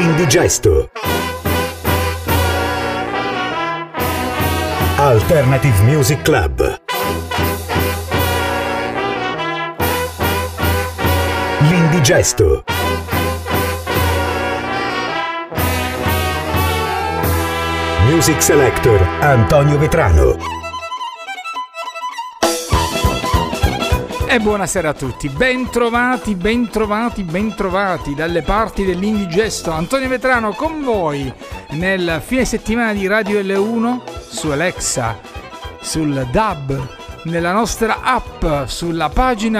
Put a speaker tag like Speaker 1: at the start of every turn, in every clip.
Speaker 1: L'Indigesto. Alternative Music Club. L'Indigesto. Music Selector Antonio Vetrano.
Speaker 2: E buonasera a tutti, bentrovati dalle parti dell'Indigesto. Antonio Vetrano con voi nel fine settimana di Radio L1 su Alexa, sul DAB, nella nostra app, sulla pagina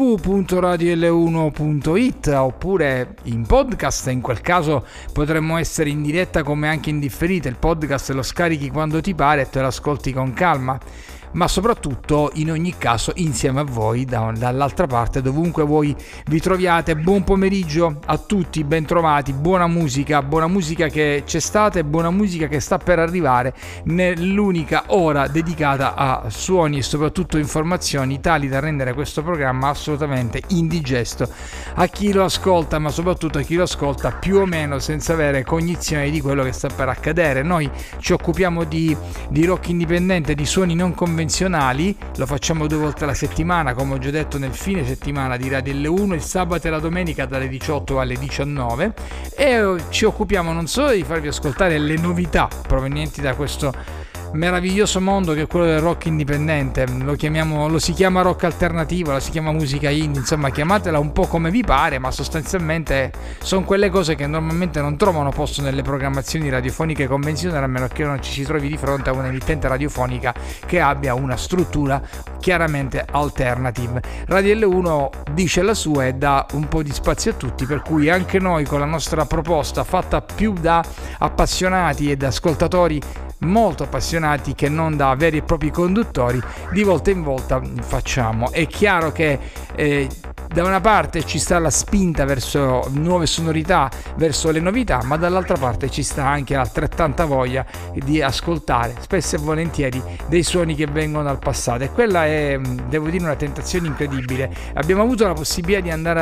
Speaker 2: www.radiol1.it oppure in podcast. In quel caso potremmo essere in diretta come anche in differita. Il podcast lo scarichi quando ti pare e te lo ascolti con calma, ma soprattutto in ogni caso insieme a voi dall'altra parte, dovunque voi vi troviate. Buon pomeriggio a tutti, bentrovati, buona musica che c'è stata e buona musica che sta per arrivare nell'unica ora dedicata a suoni e soprattutto informazioni tali da rendere questo programma assolutamente indigesto a chi lo ascolta, ma soprattutto a chi lo ascolta più o meno senza avere cognizione di quello che sta per accadere. Noi ci occupiamo di rock indipendente, di suoni non convenzionali. Lo facciamo 2 volte alla settimana, come ho già detto nel fine settimana di Radio L1, il sabato e la domenica dalle 18 alle 19, e ci occupiamo non solo di farvi ascoltare le novità provenienti da questo meraviglioso mondo che è quello del rock indipendente. Lo si chiama rock alternativo, la si chiama musica indie, insomma chiamatela un po' come vi pare, ma sostanzialmente sono quelle cose che normalmente non trovano posto nelle programmazioni radiofoniche convenzionali, a meno che non ci si trovi di fronte a un'emittente radiofonica che abbia una struttura chiaramente alternative. Radio L1 dice la sua e dà un po' di spazio a tutti, per cui anche noi con la nostra proposta fatta più da appassionati e da ascoltatori molto appassionati che non da veri e propri conduttori, di volta in volta facciamo. È chiaro che da una parte ci sta la spinta verso nuove sonorità, verso le novità, ma dall'altra parte ci sta anche altrettanta voglia di ascoltare spesso e volentieri dei suoni che vengono dal passato, e quella è, devo dire, una tentazione incredibile. Abbiamo avuto la possibilità di andare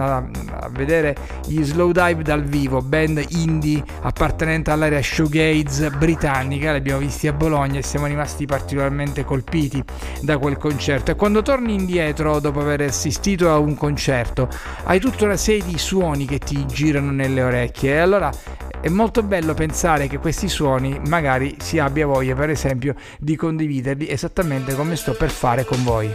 Speaker 2: a vedere gli Slow Dive dal vivo, band indie appartenente all'area shoegaze britannica. Li abbiamo visti a Bologna e siamo rimasti particolarmente colpiti da quel concerto. E quando torni indietro dopo aver assistito a un concerto hai tutta una serie di suoni che ti girano nelle orecchie, e allora è molto bello pensare che questi suoni magari si abbia voglia, per esempio, di condividerli esattamente come sto per fare con voi.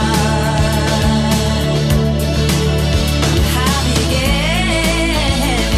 Speaker 3: How you get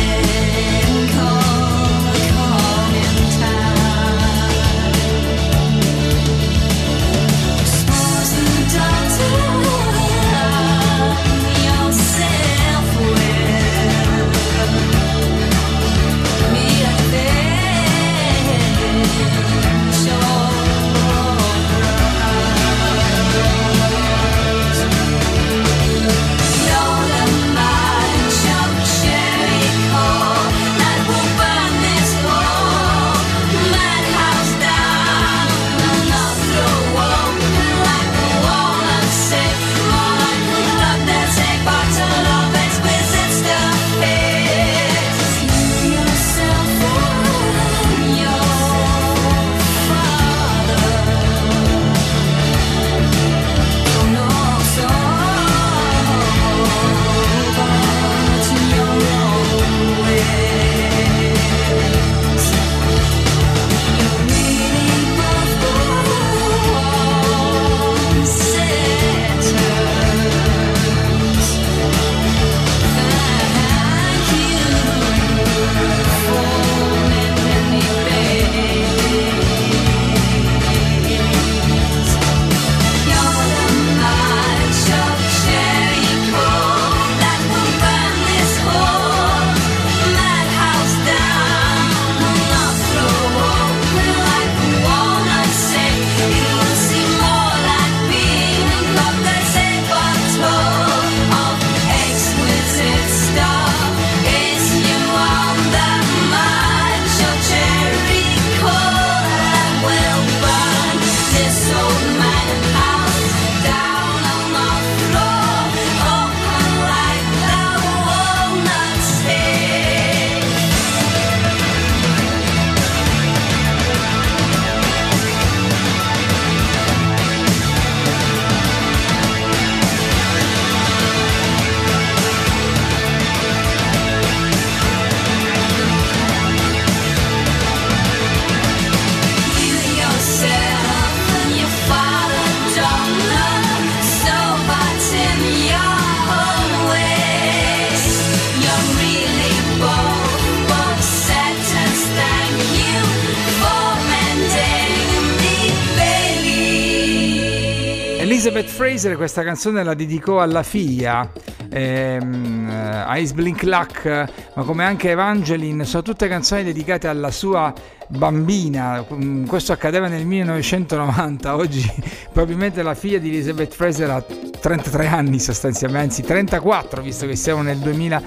Speaker 2: Elizabeth Fraser questa canzone la dedicò alla figlia, Ice Blink Luck, ma come anche Evangeline, sono tutte canzoni dedicate alla sua bambina. Questo accadeva nel 1990, oggi probabilmente la figlia di Elizabeth Fraser ha 33 anni sostanzialmente, anzi 34, visto che siamo nel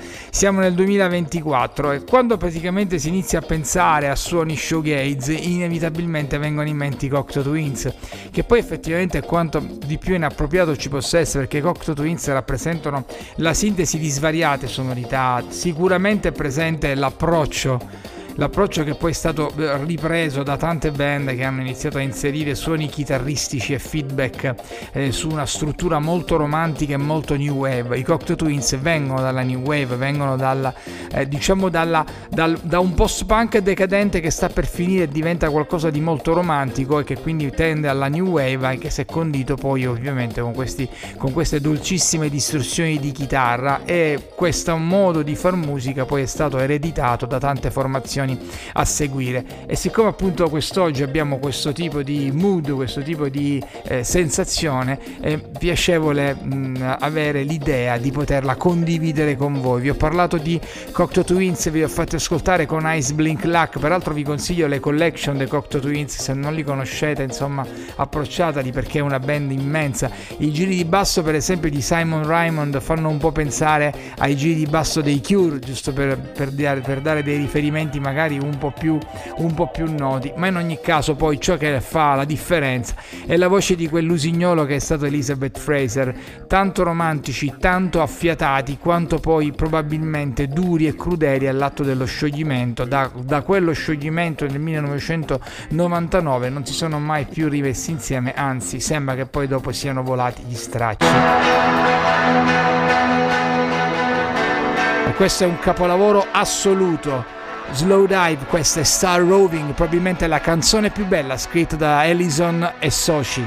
Speaker 2: 2024, e quando praticamente si inizia a pensare a suoni shoegaze inevitabilmente vengono in mente i Cocteau Twins, che poi effettivamente è quanto di più inappropriato ci possa essere, perché i Cocteau Twins rappresentano la sintesi di svariate sonorità. Sicuramente è presente l'approccio che poi è stato ripreso da tante band che hanno iniziato a inserire suoni chitarristici e feedback su una struttura molto romantica e molto new wave. I Cocteau Twins vengono dalla new wave, vengono da un post-punk decadente che sta per finire e diventa qualcosa di molto romantico e che quindi tende alla new wave, anche se condito poi ovviamente con queste dolcissime distorsioni di chitarra, e questo modo di far musica poi è stato ereditato da tante formazioni a seguire. E siccome appunto quest'oggi abbiamo questo tipo di mood, questo tipo di sensazione, è piacevole avere l'idea di poterla condividere con voi. Vi ho parlato di Cocteau Twins, vi ho fatto ascoltare con Ice Blink Luck, peraltro vi consiglio le collection dei Cocteau Twins, se non li conoscete insomma approcciateli, perché è una band immensa. I giri di basso per esempio di Simon Raymond fanno un po' pensare ai giri di basso dei Cure, giusto per dare dei riferimenti magari un po' più noti, ma in ogni caso poi ciò che fa la differenza è la voce di quell'usignolo che è stato Elizabeth Fraser, tanto romantici, tanto affiatati, quanto poi probabilmente duri e crudeli all'atto dello scioglimento. Da quello scioglimento nel 1999 non si sono mai più rimessi insieme, anzi sembra che poi dopo siano volati gli stracci. E questo è un capolavoro assoluto. Slowdive, questa è Star Roving, probabilmente la canzone più bella scritta da Ellison e soci.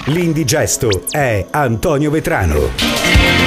Speaker 1: L'indigesto è Antonio Vetrano.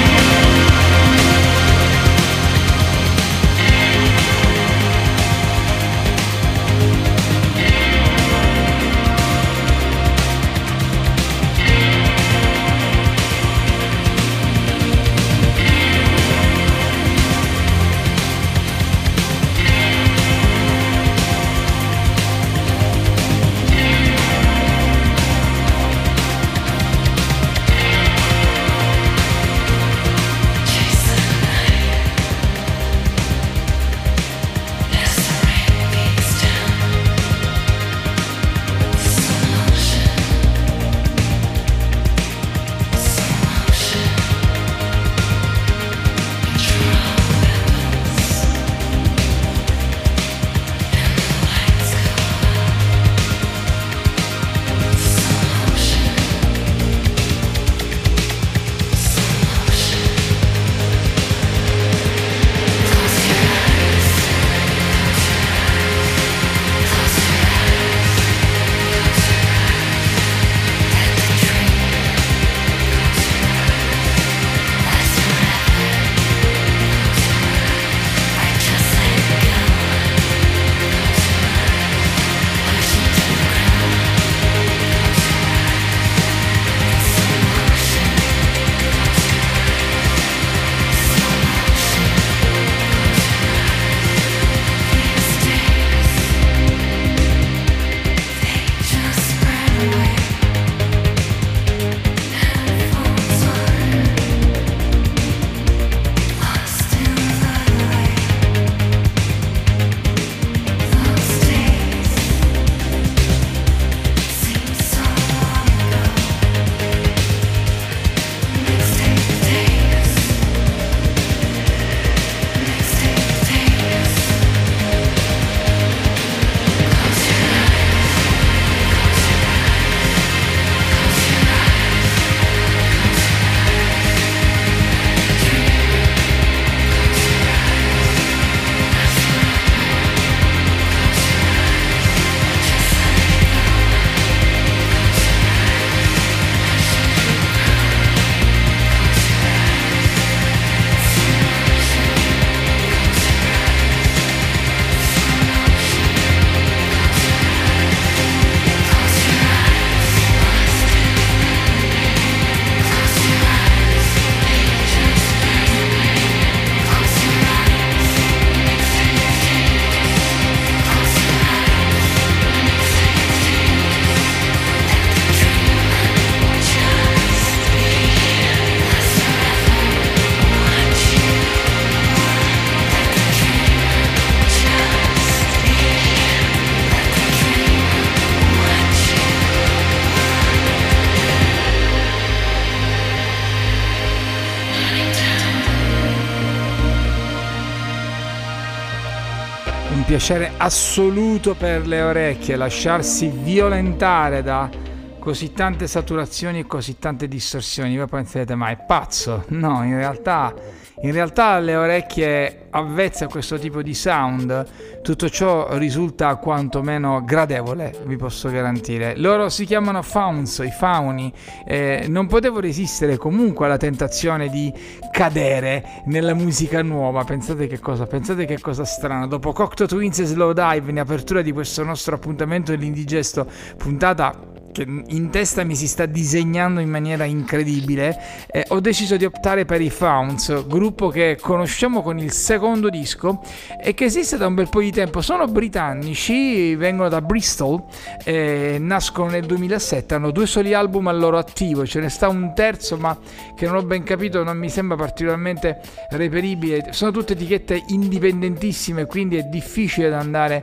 Speaker 2: Un piacere assoluto per le orecchie, lasciarsi violentare da così tante saturazioni e così tante distorsioni. Voi penserete, ma è pazzo? No, in realtà alle orecchie avvezze a questo tipo di sound tutto ciò risulta quantomeno gradevole, vi posso garantire. Loro si chiamano Fauns, i fauni. Non potevo resistere comunque alla tentazione di cadere nella musica nuova. Pensate che cosa strana. Dopo Cocteau Twins e Slow Dive in apertura di questo nostro appuntamento dell'Indigesto, puntata che in testa mi si sta disegnando in maniera incredibile, ho deciso di optare per i Fauns, gruppo che conosciamo con il secondo disco e che esiste da un bel po' di tempo. Sono britannici, vengono da Bristol, nascono nel 2007, hanno 2 soli album al loro attivo, ce ne sta un terzo ma che non ho ben capito, non mi sembra particolarmente reperibile. Sono tutte etichette indipendentissime, quindi è difficile da andare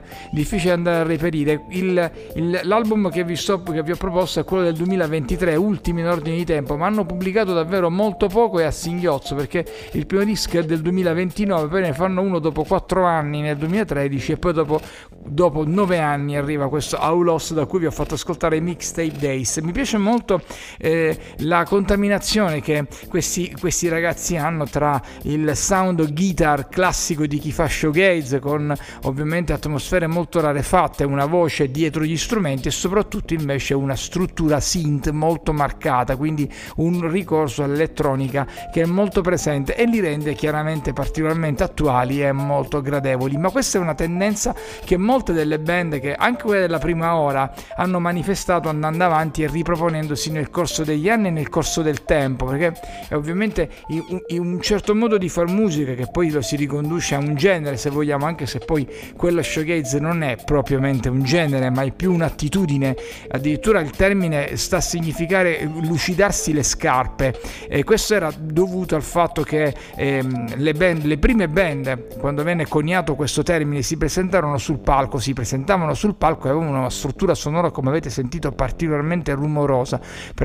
Speaker 2: a reperire. L'album che vi ho proposto è quello del 2023, ultimo in ordine di tempo, ma hanno pubblicato davvero molto poco e a singhiozzo, perché il primo disco è del 2029, poi ne fanno uno dopo 4 anni nel 2013 e poi dopo 9 anni arriva questo How Lost, da cui vi ho fatto ascoltare Mixtape Days. Mi piace molto la contaminazione che questi ragazzi hanno tra il sound guitar classico di chi fa showgaze, con ovviamente atmosfere molto rarefatte, una voce dietro gli strumenti e soprattutto invece una una struttura synth molto marcata, quindi un ricorso all'elettronica che è molto presente e li rende chiaramente particolarmente attuali e molto gradevoli. Ma questa è una tendenza che molte delle band, che anche quelle della prima ora, hanno manifestato andando avanti e riproponendosi nel corso degli anni e nel corso del tempo, perché è ovviamente un certo modo di far musica che poi lo si riconduce a un genere, se vogliamo, anche se poi quello shoegaze non è propriamente un genere ma è più un'attitudine. Addirittura il termine sta a significare lucidarsi le scarpe, e questo era dovuto al fatto che le prime band, quando venne coniato questo termine, si presentavano sul palco e avevano una struttura sonora, come avete sentito, particolarmente rumorosa.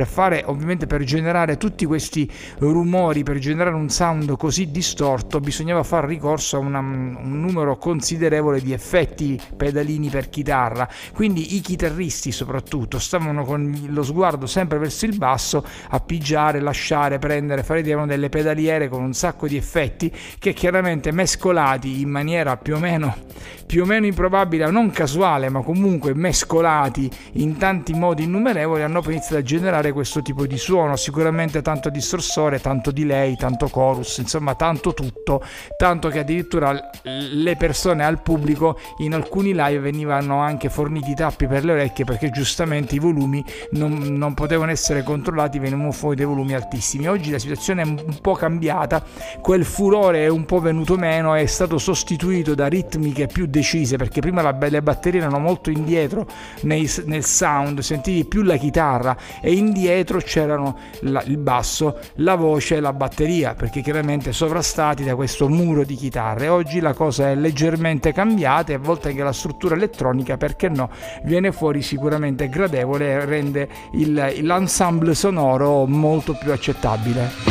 Speaker 2: Per generare tutti questi rumori, per generare un sound così distorto, bisognava far ricorso a un numero considerevole di effetti pedalini per chitarra. Quindi i chitarristi soprattutto stavano con lo sguardo sempre verso il basso a pigiare, lasciare, prendere, fare delle pedaliere con un sacco di effetti che chiaramente mescolati in maniera più o meno improbabile, non casuale, ma comunque mescolati in tanti modi innumerevoli, hanno poi iniziato a generare questo tipo di suono. Sicuramente tanto distorsore, tanto delay, tanto chorus, insomma tanto tutto, tanto che addirittura le persone al pubblico in alcuni live venivano anche forniti tappi per le orecchie, perché giustamente i volumi non potevano essere controllati, venivano fuori dei volumi altissimi. Oggi la situazione è un po' cambiata, quel furore è un po' venuto meno, è stato sostituito da ritmiche più decise, perché prima le batterie erano molto indietro nel sound, sentivi più la chitarra e indietro c'erano il basso, la voce e la batteria, perché chiaramente sovrastati da questo muro di chitarre. Oggi la cosa è leggermente cambiata e a volte anche la struttura elettronica, perché no, viene fuori sicuramente gradevole e rende l'ensemble sonoro molto più accettabile.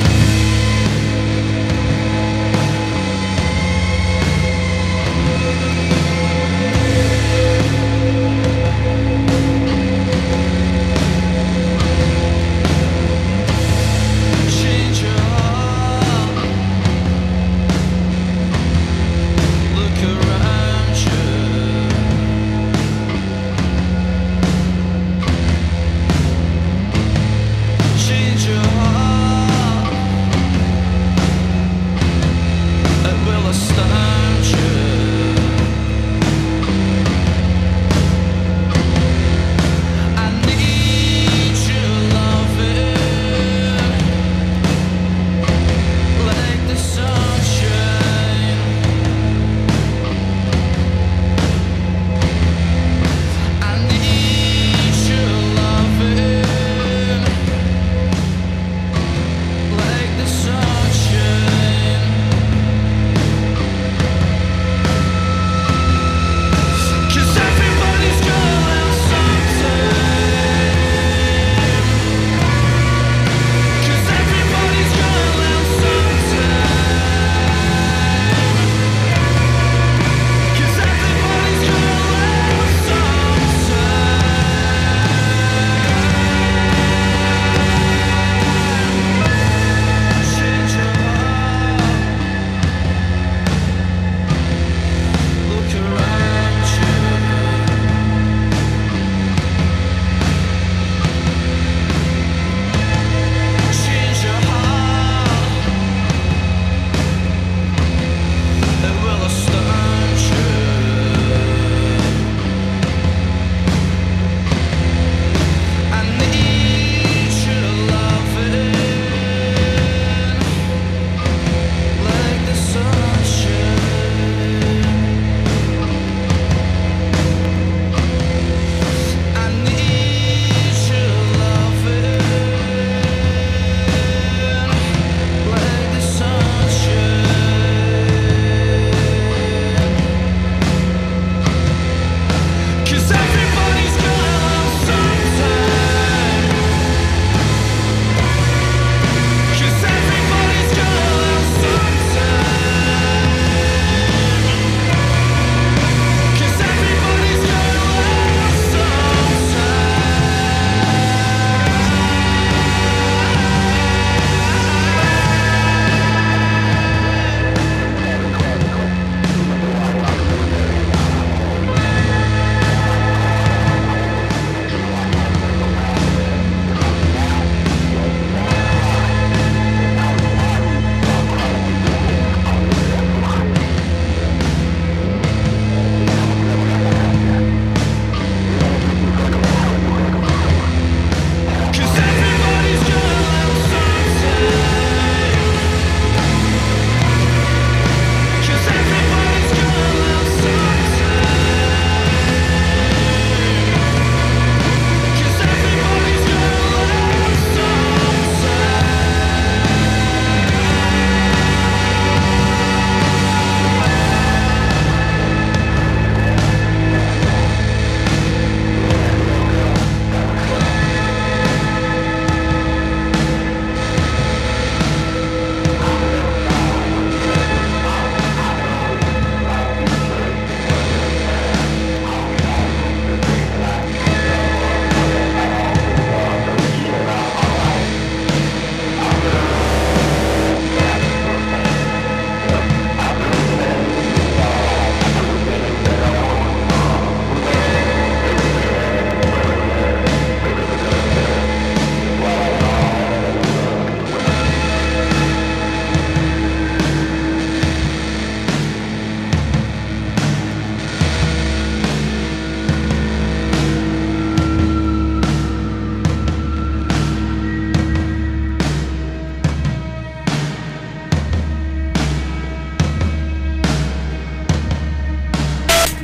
Speaker 3: Change your heart.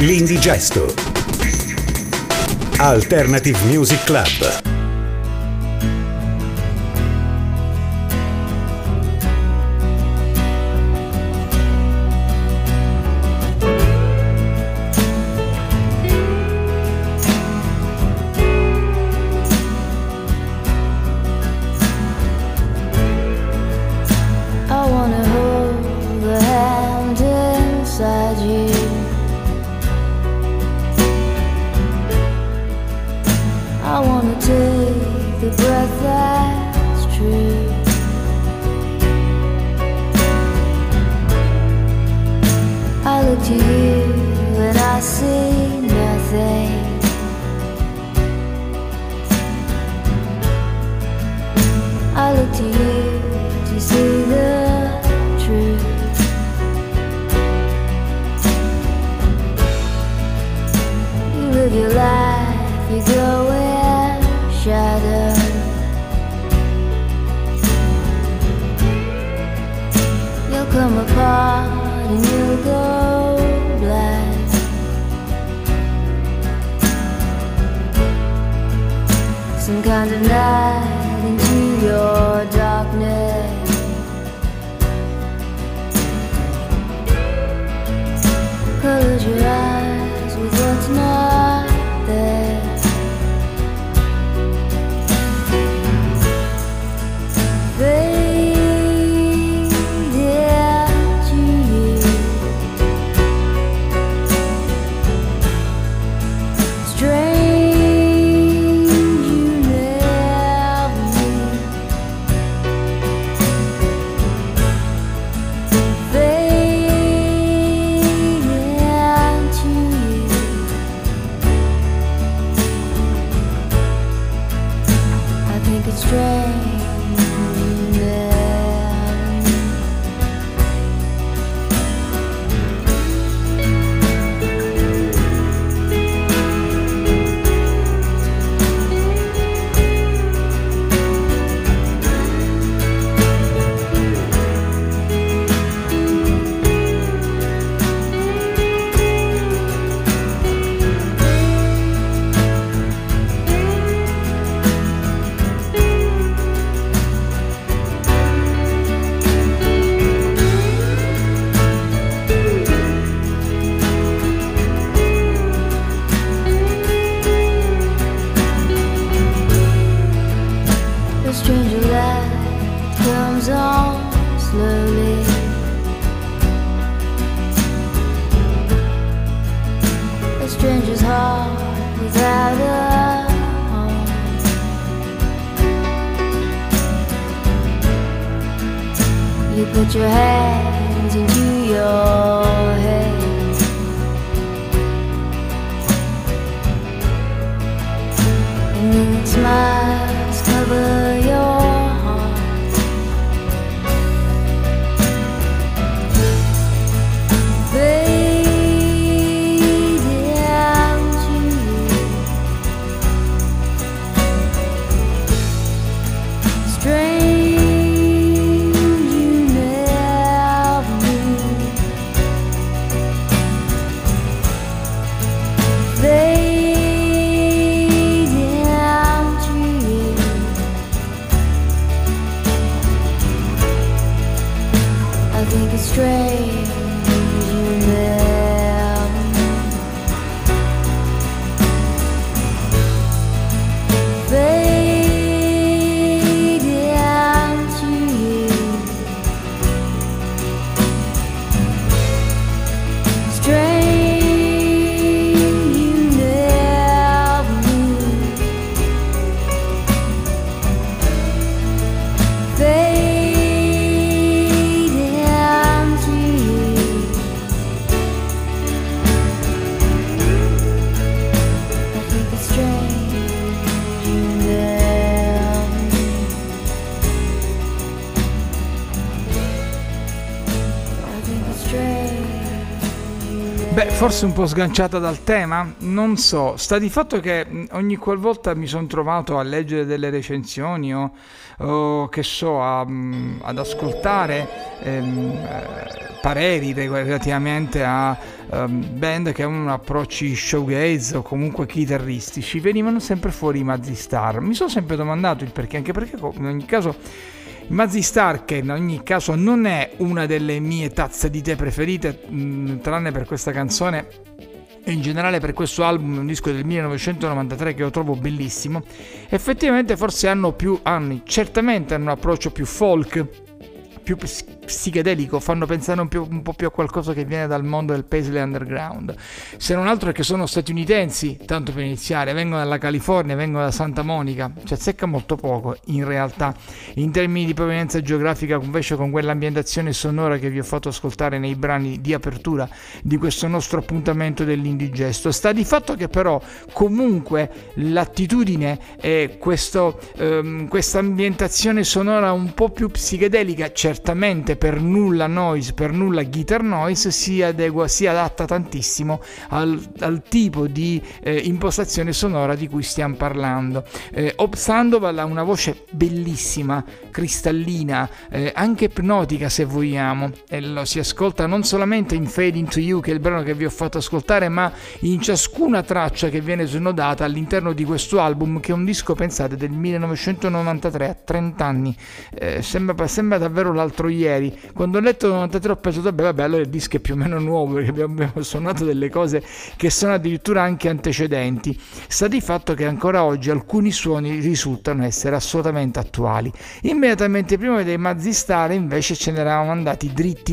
Speaker 1: L'Indigesto. Alternative Music Club.
Speaker 2: Forse un po' sganciata dal tema, non so. Sta di fatto che ogni qualvolta mi sono trovato a leggere delle recensioni o che so, ad ascoltare pareri relativamente a band che avevano approcci showgaze o comunque chitarristici, venivano sempre fuori i Mazzy Star. Mi sono sempre domandato il perché, anche perché in ogni caso Mazzy Star, che in ogni caso non è una delle mie tazze di tè preferite, tranne per questa canzone e in generale per questo album, un disco del 1993 che lo trovo bellissimo, effettivamente forse certamente hanno un approccio più folk, più psichedelico, fanno pensare un po' più a qualcosa che viene dal mondo del Paisley Underground, se non altro è che sono statunitensi, tanto per iniziare, vengono dalla California, vengono da Santa Monica, cioè azzecca molto poco in realtà in termini di provenienza geografica, invece con quell'ambientazione sonora che vi ho fatto ascoltare nei brani di apertura di questo nostro appuntamento dell'Indigesto. Sta di fatto che però comunque l'attitudine e questa ambientazione sonora un po' più psichedelica, certamente per nulla noise, per nulla guitar noise, si adatta tantissimo al tipo di impostazione sonora di cui stiamo parlando. Bob Sandoval ha una voce bellissima, cristallina, anche ipnotica se vogliamo, e lo si ascolta non solamente in Fade Into You, che è il brano che vi ho fatto ascoltare, ma in ciascuna traccia che viene snodata all'interno di questo album, che è un disco, pensate, del 1993, a 30 anni, sembra davvero l'altro ieri. Quando ho letto 93 ho pensato vabbè, allora il disco è più o meno nuovo, perché abbiamo suonato delle cose che sono addirittura anche antecedenti. Sta di fatto che ancora oggi alcuni suoni risultano essere assolutamente attuali. Immediatamente prima dei Mazzy Star invece ce ne eravamo andati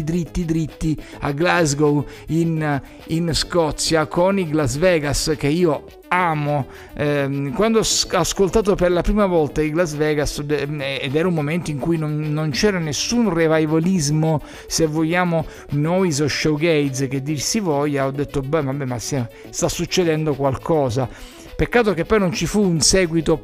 Speaker 2: dritti a Glasgow in Scozia con i Las Vegas, che io amo. Quando ho ascoltato per la prima volta i Las Vegas, ed era un momento in cui non c'era nessun revivalismo, se vogliamo, noise o showgaze che dir si voglia, ho detto vabbè, ma sta succedendo qualcosa. Peccato che poi non ci fu un seguito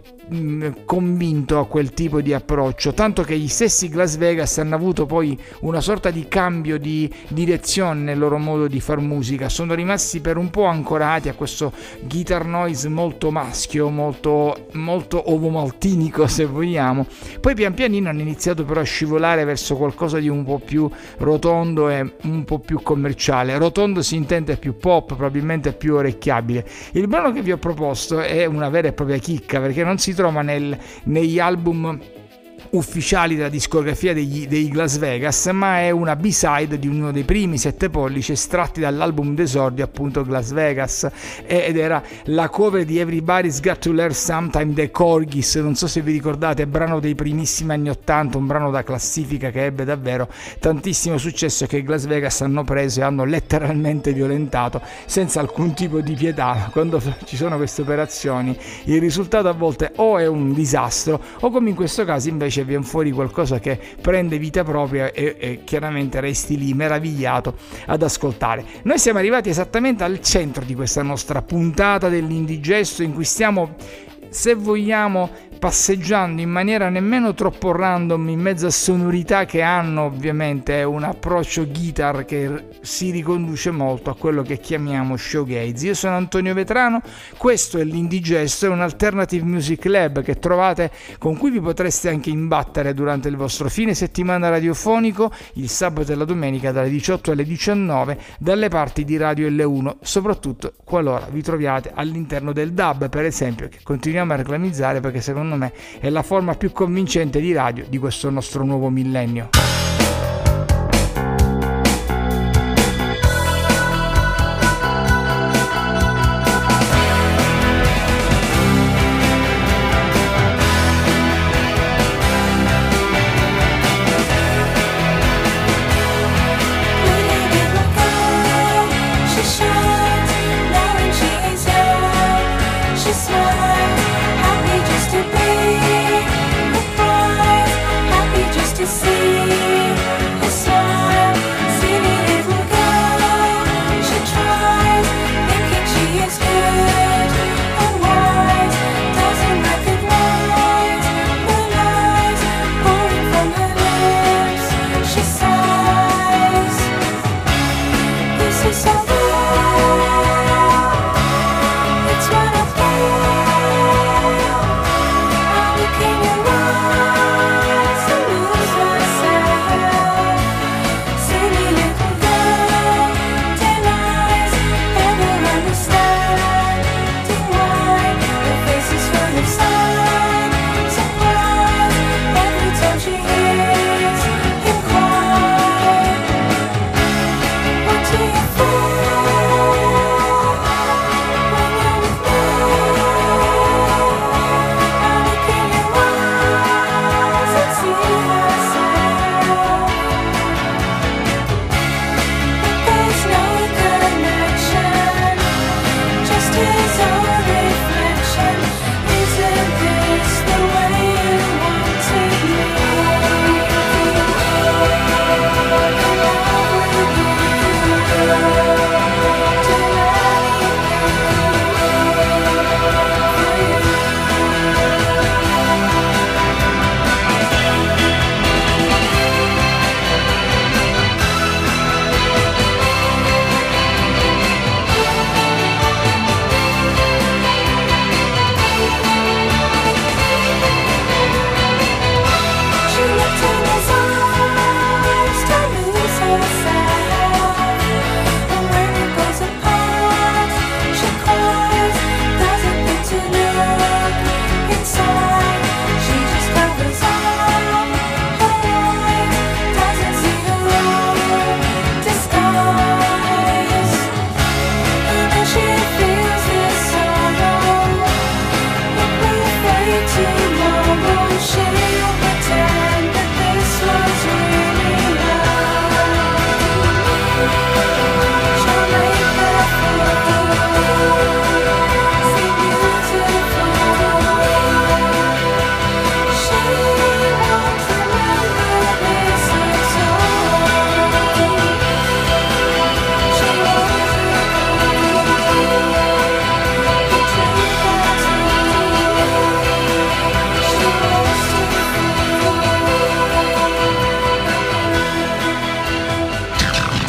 Speaker 2: convinto a quel tipo di approccio, tanto che gli stessi Las Vegas hanno avuto poi una sorta di cambio di direzione nel loro modo di far musica, sono rimasti per un po' ancorati a questo guitar noise molto maschio, molto ovomaltinico se vogliamo. Poi pian pianino hanno iniziato però a scivolare verso qualcosa di un po' più rotondo e un po' più commerciale. Rotondo si intende più pop, probabilmente più orecchiabile. Il brano che vi ho proposto è una vera e propria chicca, perché non si trova negli album ufficiali della discografia dei Las Vegas, ma è una B-side di uno dei primi 7 pollici estratti dall'album d'esordio, appunto Las Vegas, ed era la cover di Everybody's Got to Learn Sometime dei Corgis. Non so se vi ricordate, brano dei primissimi anni 80, un brano da classifica che ebbe davvero tantissimo successo, che i Las Vegas hanno preso e hanno letteralmente violentato senza alcun tipo di pietà. Quando ci sono queste operazioni il risultato a volte o è un disastro, o come in questo caso invece viene fuori qualcosa che prende vita propria e chiaramente resti lì meravigliato ad ascoltare. Noi siamo arrivati esattamente al centro di questa nostra puntata dell'Indigesto, in cui stiamo, se vogliamo, passeggiando in maniera nemmeno troppo random in mezzo a sonorità che hanno ovviamente un approccio guitar che si riconduce molto a quello che chiamiamo showgaze. Io sono Antonio Vetrano, questo è l'Indigesto, è un alternative music lab che trovate, con cui vi potreste anche imbattere durante il vostro fine settimana radiofonico, il sabato e la domenica dalle 18 alle 19 dalle parti di Radio L1, soprattutto qualora vi troviate all'interno del DAB, per esempio, che continuiamo a reclamizzare perché secondo me è la forma più convincente di radio di questo nostro nuovo millennio.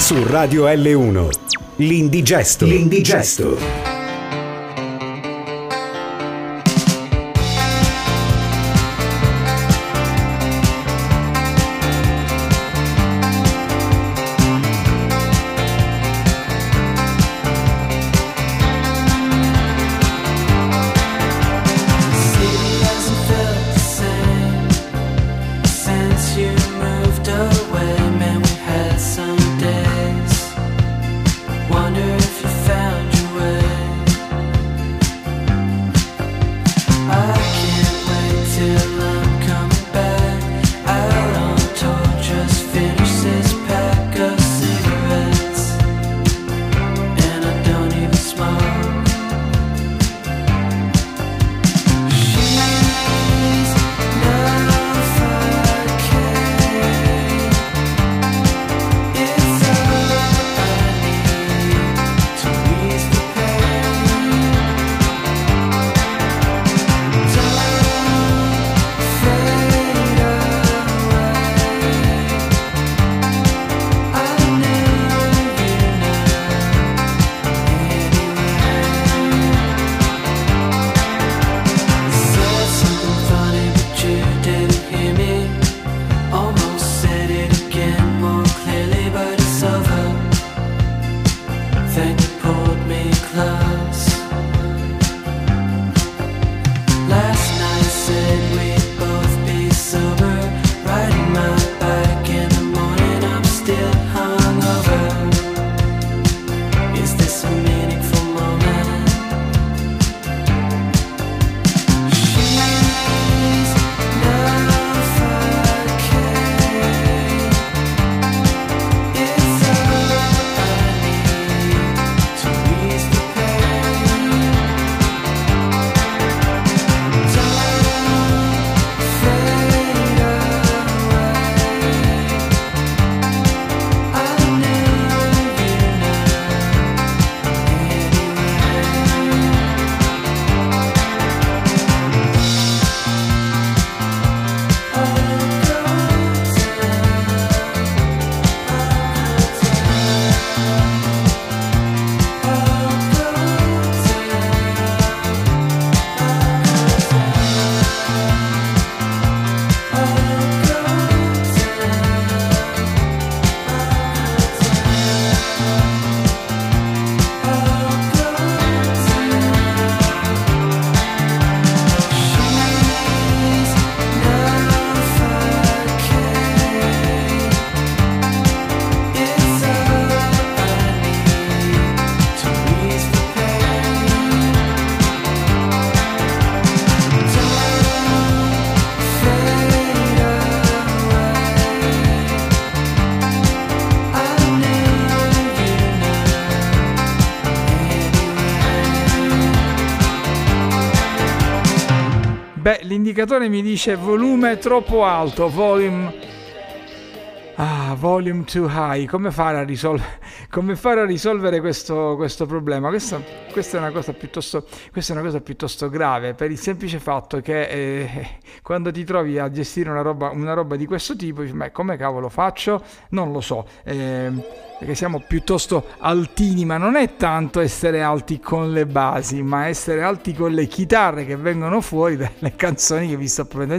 Speaker 1: su Radio L1. L'Indigesto. L'Indigesto.
Speaker 2: Beh, l'indicatore mi dice volume troppo alto, volume too high. Come fare a risolvere questo problema? Questa è una cosa piuttosto grave, per il semplice fatto che quando ti trovi a gestire una roba di questo tipo, dici, ma come cavolo faccio? Non lo so, perché siamo piuttosto altini, ma non è tanto essere alti con le basi, ma essere alti con le chitarre che vengono fuori dalle canzoni che vi sto proponendo.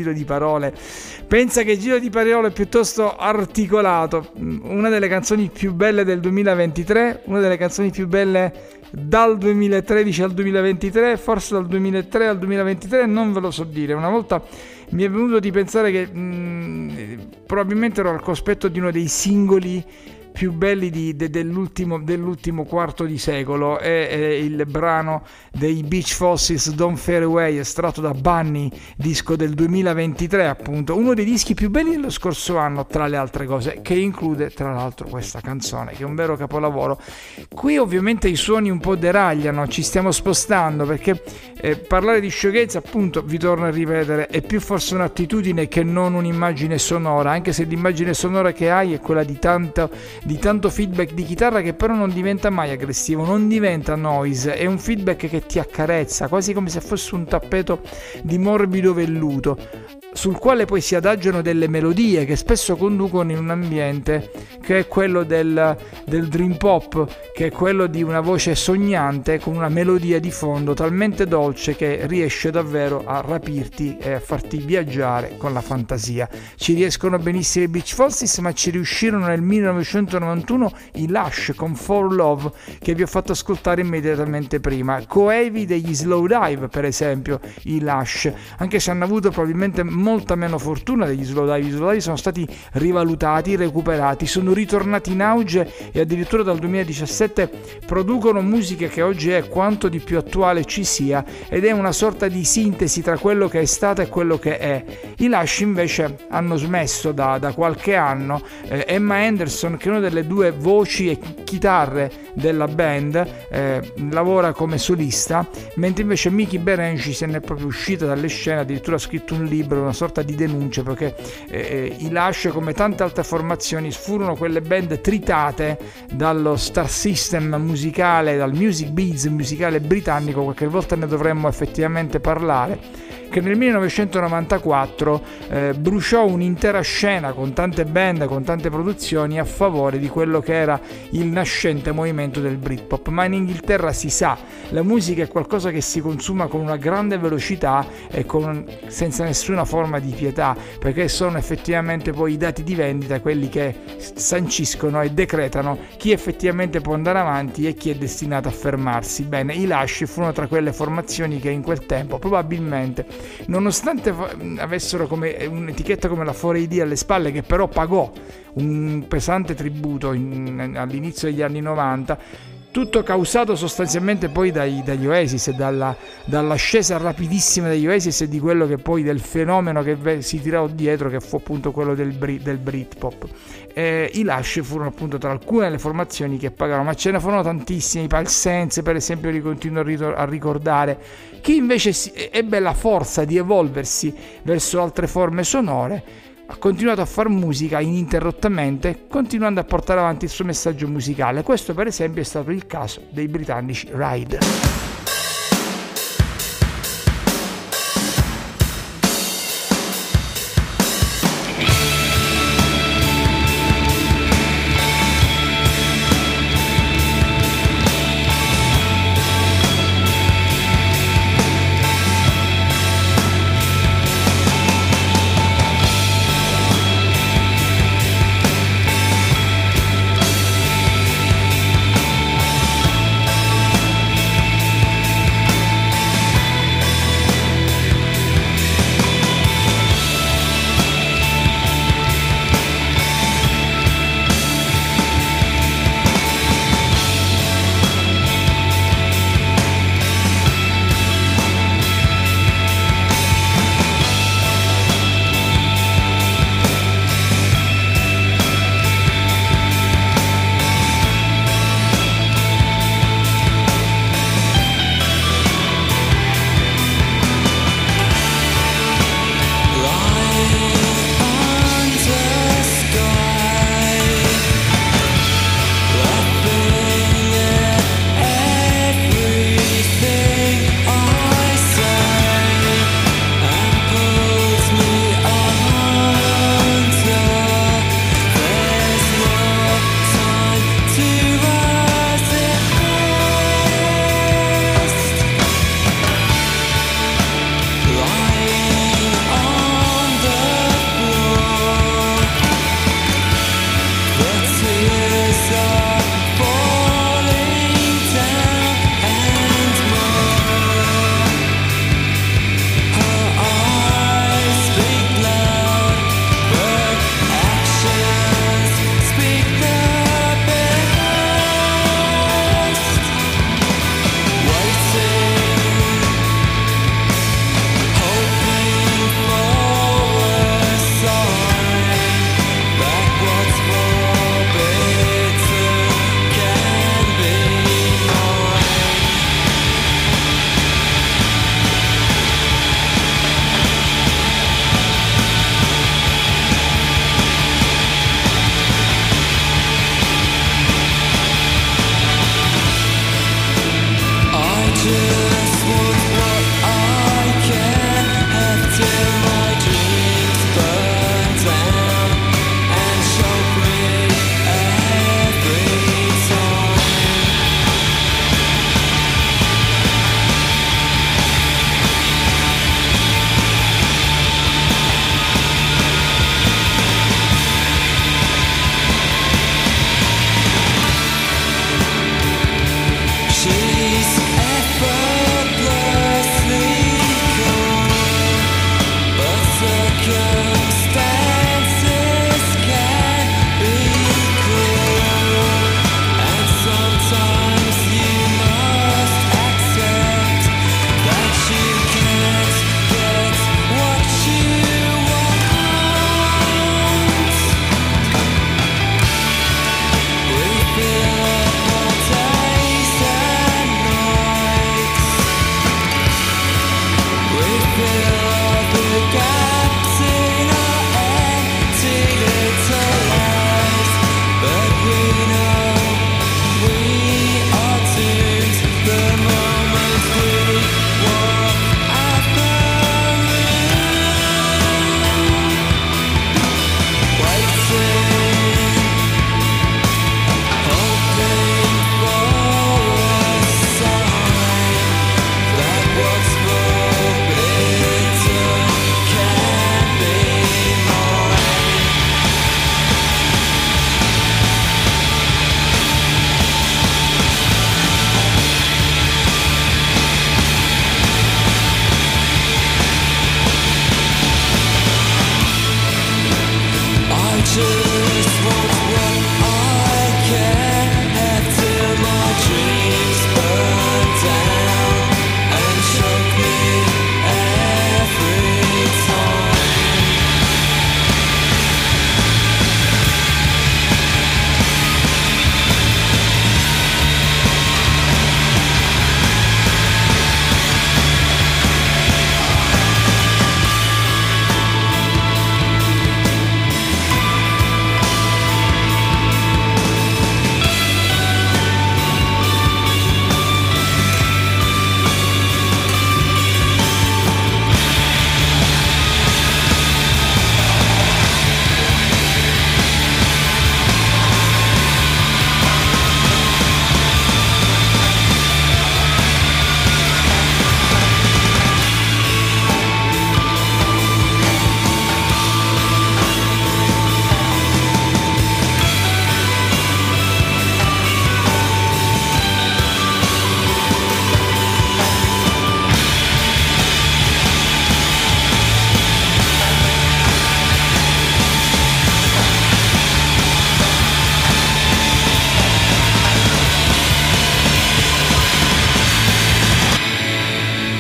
Speaker 2: Pensa che giro di parole piuttosto articolato. Una delle canzoni più belle del 2023, una delle canzoni più belle dal 2013 al 2023, forse dal 2003 al 2023, non ve lo so dire. Una volta mi è venuto di pensare che probabilmente ero al cospetto di uno dei singoli più belli dell'ultimo quarto di secolo. È il brano dei Beach Fossils, Don't Fade Away, estratto da Bunny, disco del 2023, appunto, uno dei dischi più belli dello scorso anno, tra le altre cose, che include tra l'altro questa canzone, che è un vero capolavoro. Qui ovviamente i suoni un po' deragliano, ci stiamo spostando, perché parlare di sciocchezza, appunto, vi torno a ripetere, è più forse un'attitudine che non un'immagine sonora, anche se l'immagine sonora che hai è quella di tanto feedback di chitarra, che però non diventa mai aggressivo, non diventa noise, è un feedback che ti accarezza, quasi come se fosse un tappeto di morbido velluto. sul quale poi si adagiano delle melodie che spesso conducono in un ambiente che è quello del dream pop, che è quello di una voce sognante con una melodia di fondo talmente dolce che riesce davvero a rapirti e a farti viaggiare con la fantasia. Ci riescono benissimo i Beach Boys, ma ci riuscirono nel 1991 i Lush con For Love, che vi ho fatto ascoltare immediatamente prima. Coevi degli Slowdive, per esempio, i Lush, anche se hanno avuto probabilmente molta meno fortuna degli Slowdive. Gli Slowdive sono stati rivalutati, recuperati, sono ritornati in auge e addirittura dal 2017 producono musica che oggi è quanto di più attuale ci sia, ed è una sorta di sintesi tra quello che è stato e quello che è. I Lush invece hanno smesso da qualche anno. Emma Anderson, che è una delle due voci e chitarre della band, lavora come solista, mentre invece Mickey Berenci se ne è proprio uscita dalle scene, addirittura ha scritto un libro, una sorta di denuncia, perché i Lush, come tante altre formazioni, furono quelle band tritate dallo star system musicale, dal music biz musicale britannico. Qualche volta ne dovremmo effettivamente parlare, che nel 1994 bruciò un'intera scena con tante band, con tante produzioni a favore di quello che era il nascente movimento del Britpop. Ma in Inghilterra, si sa, la musica è qualcosa che si consuma con una grande velocità e senza nessuna forma di pietà, perché sono effettivamente poi i dati di vendita quelli che sanciscono e decretano chi effettivamente può andare avanti e chi è destinato a fermarsi. Bene, i Lush furono tra quelle formazioni che in quel tempo probabilmente, nonostante avessero come un'etichetta come la 4AD alle spalle, che però pagò un pesante tributo all'inizio degli anni 90, tutto causato sostanzialmente poi dagli Oasis e dall'ascesa rapidissima degli Oasis e di quello che poi del fenomeno che si tirò dietro, che fu appunto quello del Britpop. I Lush furono appunto tra alcune delle formazioni che pagarono, ma ce ne furono tantissimi. I Pale Sense, per esempio, li continuo a ricordare. Chi invece ebbe la forza di evolversi verso altre forme sonore ha continuato a fare musica ininterrottamente, continuando a portare avanti il suo messaggio musicale. Questo, per esempio, è stato il caso dei britannici Ride.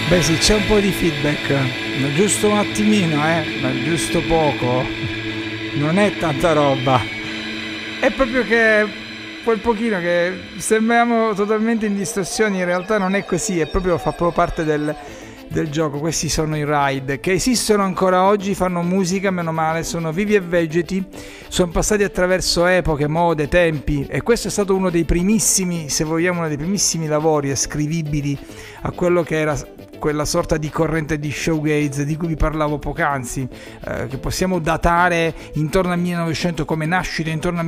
Speaker 2: Beh sì, c'è un po' di feedback, giusto un attimino, ma giusto poco, non è tanta roba, è proprio che quel pochino che sembriamo totalmente in distorsione, in realtà non è così, fa proprio parte del gioco. Questi sono i Ride, che esistono ancora oggi, fanno musica, meno male, sono vivi e vegeti, sono passati attraverso epoche, mode, tempi, e questo è stato uno dei primissimi, se vogliamo, uno dei primissimi lavori ascrivibili a quello che era quella sorta di corrente di shoegaze di cui vi parlavo poc'anzi, che possiamo datare intorno al 1900 come nascita, intorno al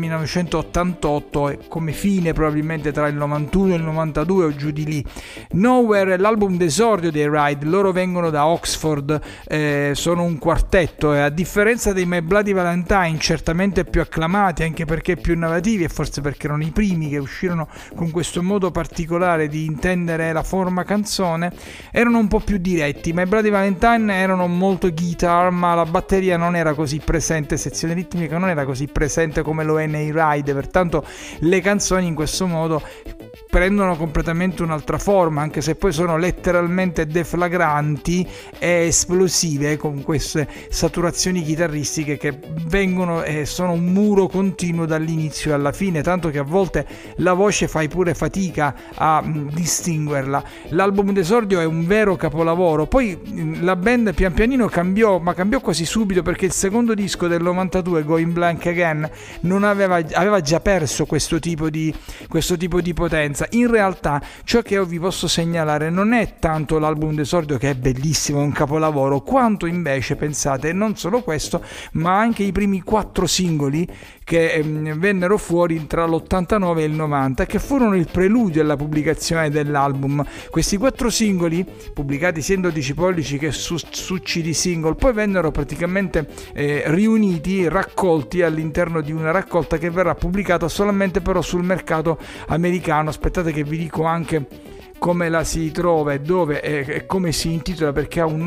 Speaker 2: 1988 e come fine probabilmente tra il 91 e il 92 o giù di lì. Nowhere è l'album d'esordio dei Ride, loro vengono da Oxford, sono un quartetto e a differenza dei My Bloody Valentine, certamente più acclamati anche perché più innovativi e forse perché erano i primi che uscirono con questo modo particolare di intendere la forma canzone, erano un po' più diretti. My Bloody Valentine erano molto guitar, ma la batteria non era così presente, sezione ritmica non era così presente come lo è nei Ride, pertanto le canzoni in questo modo prendono completamente un'altra forma, anche se poi sono letteralmente deflagranti e esplosive, con queste saturazioni chitarristiche che vengono e sono un muro continuo dall'inizio alla fine, tanto che a volte la voce fai pure fatica a distinguerla. L'album d'esordio è un vero capolavoro, poi la band pian pianino cambiò, ma cambiò quasi subito, perché il secondo disco del 92, Going Blank Again, non aveva già perso questo tipo di potenza. In realtà ciò che io vi posso segnalare non è tanto l'album d'esordio, che è bellissimo, è un capolavoro, quanto invece, pensate, non solo questo, ma anche i primi 4 singoli che vennero fuori tra l'89 e il 90, che furono il preludio alla pubblicazione dell'album. Questi 4 singoli, pubblicati sia in 12 pollici che su CD single, poi vennero praticamente riuniti, raccolti all'interno di una raccolta che verrà pubblicata solamente però sul mercato americano. Aspettate che vi dico anche come la si trova e dove e come si intitola, perché ha un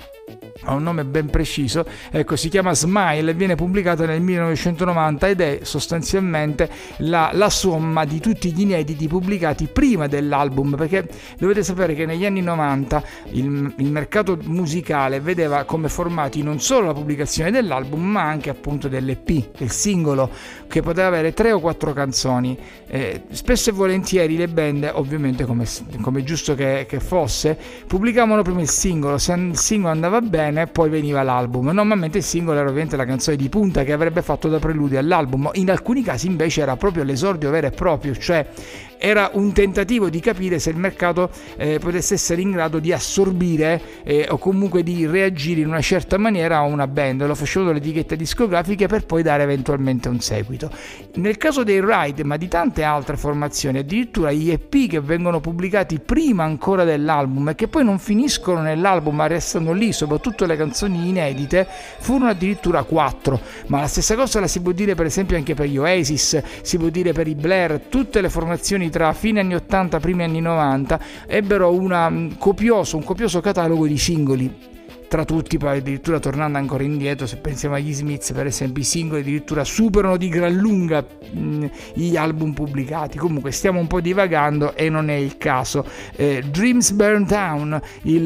Speaker 2: nome ben preciso. Ecco, si chiama Smile e viene pubblicata nel 1990 ed è sostanzialmente la somma di tutti gli inediti pubblicati prima dell'album, perché dovete sapere che negli anni 90 il mercato musicale vedeva come formati non solo la pubblicazione dell'album, ma anche appunto dell'EP, del singolo, che poteva avere 3 o 4 canzoni. Spesso e volentieri le band, ovviamente come giusto che fosse, pubblicavano prima il singolo. Se il singolo andava bene, poi veniva l'album. Normalmente il singolo era ovviamente la canzone di punta che avrebbe fatto da preludio all'album. In alcuni casi invece era proprio l'esordio vero e proprio, cioè era un tentativo di capire se il mercato potesse essere in grado di assorbire o comunque di reagire in una certa maniera a una band. Lo facevano le etichette discografiche per poi dare eventualmente un seguito. Nel caso dei Ride, ma di tante altre formazioni, addirittura gli EP che vengono pubblicati prima ancora dell'album e che poi non finiscono nell'album ma restano lì, soprattutto le canzoni inedite, furono addirittura 4. Ma la stessa cosa la si può dire per esempio anche per gli Oasis, si può dire per i Blair. Tutte le formazioni tra fine anni 80 primi anni 90 ebbero un copioso catalogo di singoli. Tra tutti, poi addirittura tornando ancora indietro, se pensiamo agli Smiths per esempio, i singoli addirittura superano di gran lunga gli album pubblicati. Comunque stiamo un po' divagando e non è il caso. Dreams Burn Down,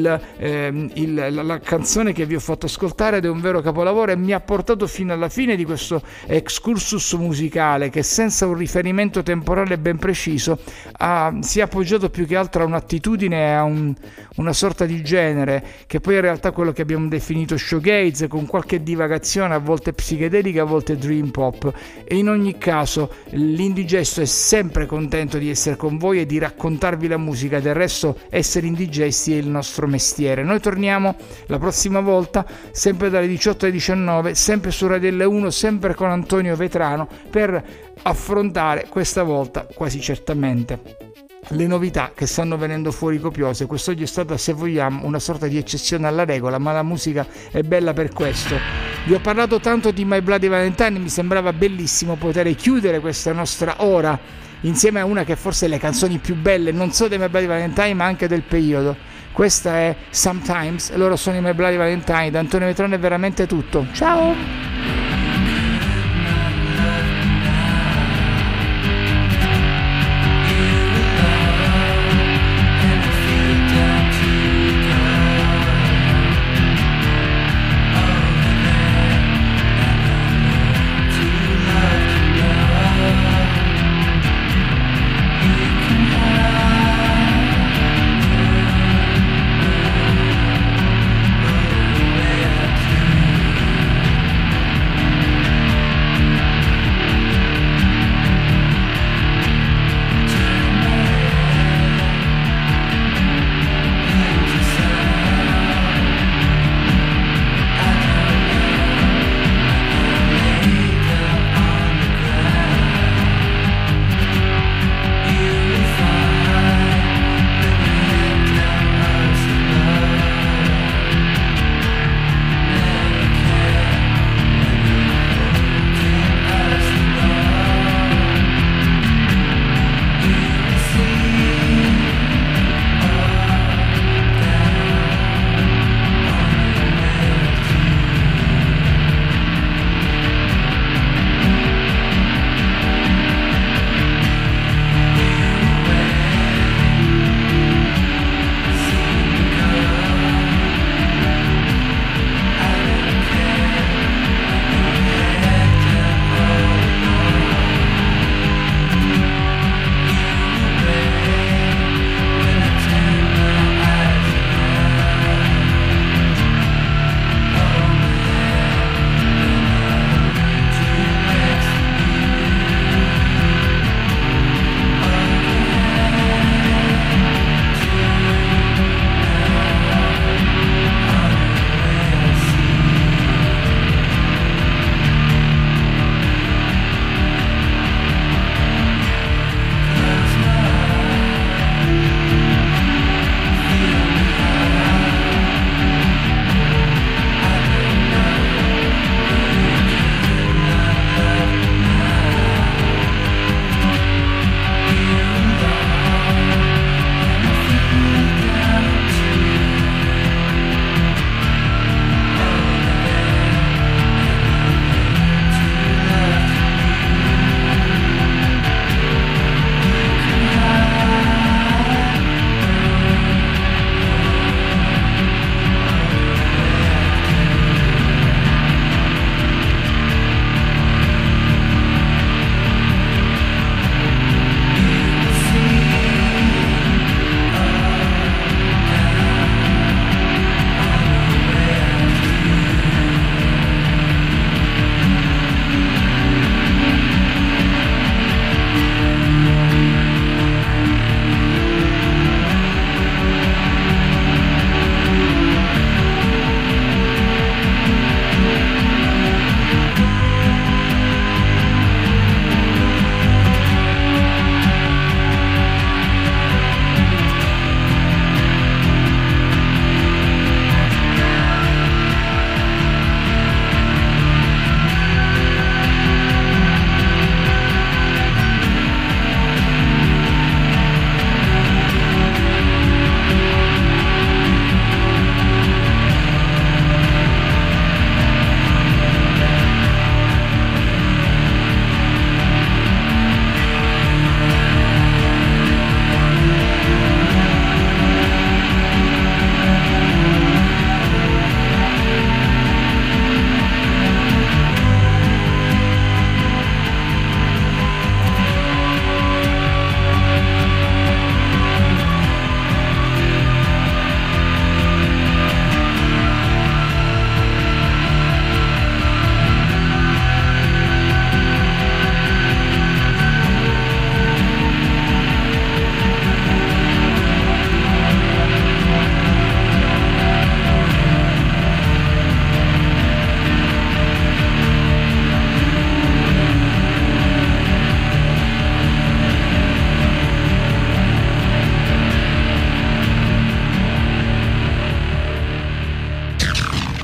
Speaker 2: la canzone che vi ho fatto ascoltare, ed è un vero capolavoro e mi ha portato fino alla fine di questo excursus musicale che senza un riferimento temporale ben preciso si è appoggiato più che altro a un'attitudine, a una sorta di genere che poi in realtà quello che abbiamo definito shoegaze, con qualche divagazione a volte psichedelica, a volte dream pop. E in ogni caso l'Indigesto è sempre contento di essere con voi e di raccontarvi la musica. Del resto essere indigesti è il nostro mestiere. Noi torniamo la prossima volta sempre dalle 18 alle 19, sempre su Radio L1, sempre con Antonio Vetrano, per affrontare questa volta quasi certamente le novità che stanno venendo fuori copiose. Quest'oggi è stata, se vogliamo, una sorta di eccezione alla regola, ma la musica è bella per questo. Vi ho parlato tanto di My Bloody Valentine, mi sembrava bellissimo poter chiudere questa nostra ora insieme a una che forse è le canzoni più belle, non solo dei My Bloody Valentine ma anche del periodo. Questa è Sometimes e loro sono i My Bloody Valentine. Da Antonio Vetrano è veramente tutto. Ciao!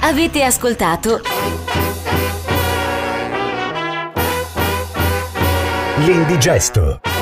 Speaker 3: Avete ascoltato
Speaker 1: L'Indigesto.